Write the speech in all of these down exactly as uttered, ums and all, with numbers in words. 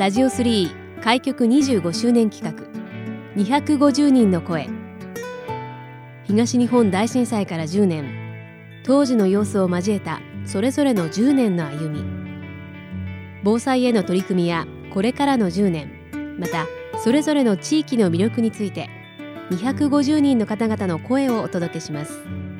ラジオスリー開局にじゅうごしゅうねん企画にひゃくごじゅうにんの声。東日本大震災からじゅうねん、当時の様子を交えたそれぞれのじゅうねんの歩み、防災への取り組みやこれからのじゅうねん、またそれぞれの地域の魅力についてにひゃくごじゅうにんの方々の声をお届けします。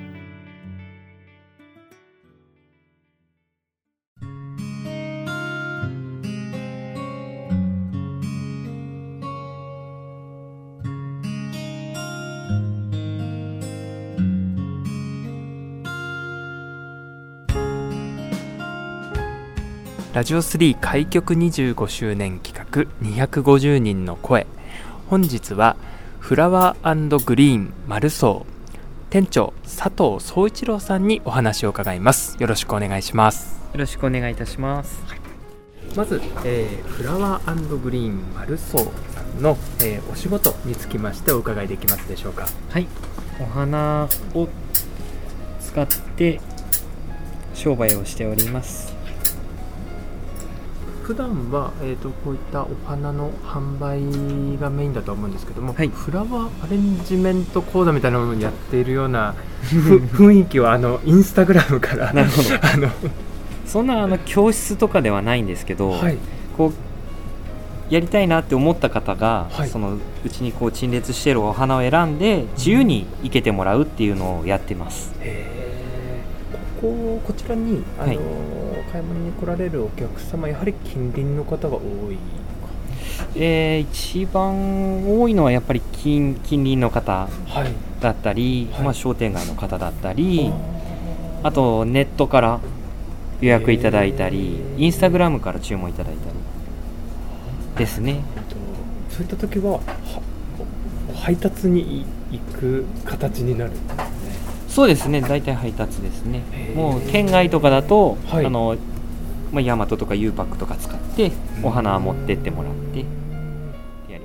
ラジオスリー開局にじゅうごしゅうねん企画にひゃくごじゅうにんの声。本日はフラワー&グリーンマルソー店長佐藤総一郎さんにお話を伺います。よろしくお願いします。 よろしくお願いいたします。はい、 まず、えー、フラワー&グリーンマルソーさんの、えー、お仕事につきましてお伺いできますでしょうか。 はい、お花を使って商売をしております。 普段は、えー、とこういったお花の販売がメインだと思うんですけども、はい、フラワーアレンジメント講座みたいなものをやっているような雰囲気はあのインスタグラムからなるほどあのそんなあの教室とかではないんですけど、はい、こうやりたいなって思った方が、はい、そのうちにこう陳列しているお花を選んで自由に生けてもらうっていうのをやってます。 へー、ここ、こちらにあの、はい、買い物に来られるお客様、やはり近隣の方が多いか。 えー、一番多いのはやっぱり 近, 近隣の方だったり、はい、まあ、商店街の方だったり、あとネットから予約いただいたり、インスタグラムから注文いただいたりですね。 そういった時は、は配達に行く形になるんですね。 そうですね、大体配達ですね。もう県外とかだと、はい、あのまあ、ヤマトとか ユーパックとか使ってお花持ってってもらってやります。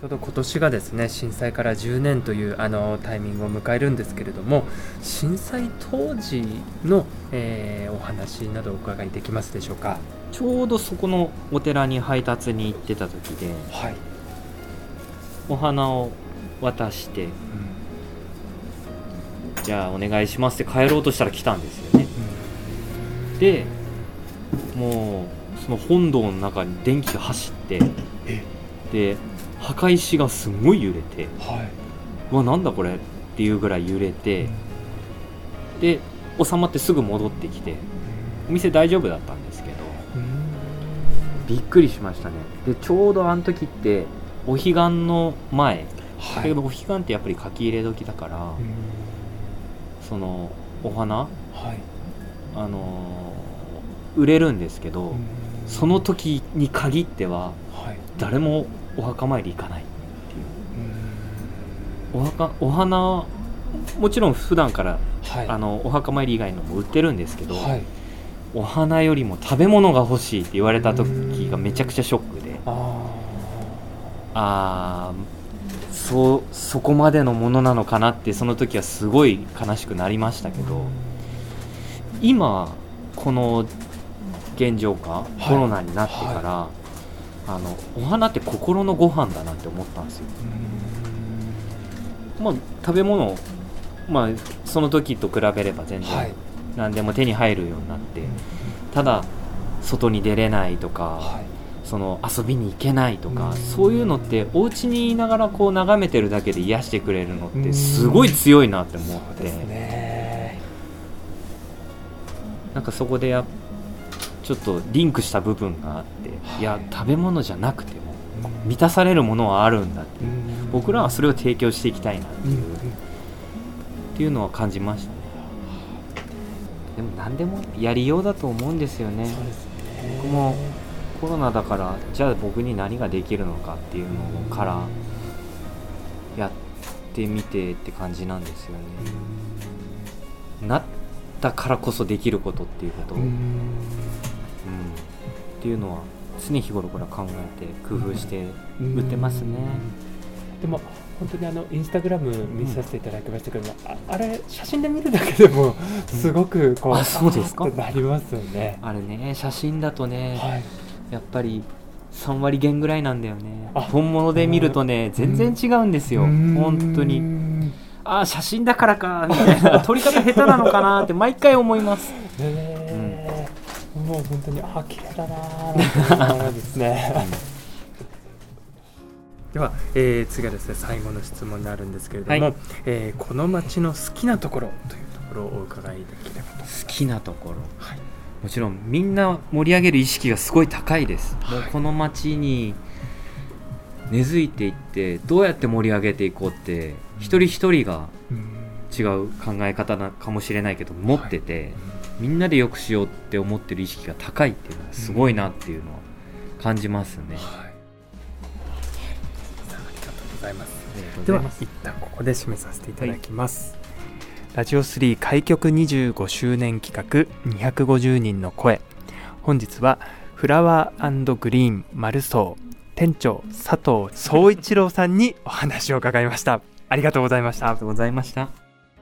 ちょうど今年がですね、震災からじゅうねんというあのタイミングを迎えるんですけれども、震災当時の、えー、お話などお伺いできますでしょうか。 ちょうどそこのお寺に配達に行ってた時で、はい、お花を渡して、うん、じゃあお願いしますって帰ろうとしたら来たんですよね。うん、でもうその本堂の中に電気が走って、で墓石がすごい揺れて、はい、うわなんだこれっていうぐらい揺れて、うん、で収まってすぐ戻ってきて、お店大丈夫だったんですけど、うん、びっくりしましたね。でちょうどあの時ってお彼岸の前、はい、だけどお彼岸ってやっぱり書き入れ時だから、うん、そのお花、はい、あのー売れるんですけど、その時に限っては誰もお墓参り行かないっていう。お墓、お花もちろん普段から、はい、あのお墓参り以外のも売ってるんですけど、はい、お花よりも食べ物が欲しいって言われた時がめちゃくちゃショックで、ああそ、そこまでのものなのかなってその時はすごい悲しくなりましたけど、今この現状か、はい、コロナになってから、はい、あのお花って心のご飯だなって思ったんですよ。まあ、食べ物、まあ、その時と比べれば全然何でも手に入るようになって、はい、ただ外に出れないとか、はい、その遊びに行けないとか、そういうのってお家にいながらこう眺めてるだけで癒してくれるのってすごい強いなって思って、そうですね、なんかそこでやっちょっとリンクした部分があって、はい、いや食べ物じゃなくても満たされるものはあるんだっていう、僕らはそれを提供していきたいなっていう、うん、っていうのは感じましたね。でも何でもやりようだと思うんですよね。そうですね。僕もコロナだからじゃあ僕に何ができるのかっていうのからやってみてって感じなんですよね。なったからこそできることっていうことを、うんっていうのは常日頃から考えて工夫して売ってますね。 でも本当にあのインスタグラム見させていただきましたけども、うん、あ, あれ写真で見るだけでもすごくこう、うん、あそうですかなりますよね。 あれね、写真だとね、はい、やっぱりさんわりげんぐらいなんだよね。 あ本物で見るとね全然違うんですよ、本当に。ああ写真だからかみたいな撮り方下手なのかなって毎回思います。 へー、うん、もう本当にあ綺麗だなーなんて思うですね、うん、では、えー、次はですね最後の質問になるんですけれども、はい、えー、この街の好きなところというところをお伺いできればと。 好きなところ、はい、もちろんみんな盛り上げる意識がすごい高いです、はい、もうこの街に根付いていってどうやって盛り上げていこうって一人一人が違う考え方なかもしれないけど持ってて、はい、みんなでよくしようって思ってる意識が高いっていうのはすごいなっていうのは感じますね、はい、ありがとうございます。では一旦ここで締めさせていただきます、はい、ラジオスリー開局にじゅうごしゅうねん企画にひゃくごじゅうにんの声。本日はフラワー&グリーンマルソー店長佐藤総一郎さんにお話を伺いました。ありがとうございました。 ありがとうございました。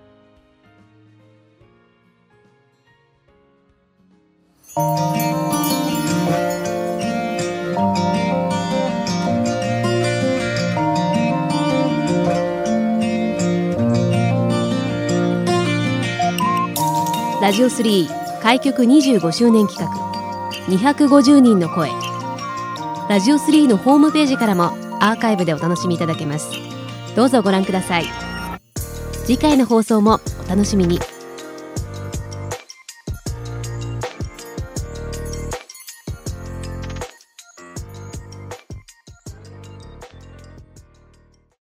ラジオスリー開局にじゅうごしゅうねん企画にひゃくごじゅうにんの声。ラジオスリーのホームページからもアーカイブでお楽しみいただけます。どうぞご覧ください。次回の放送もお楽しみに。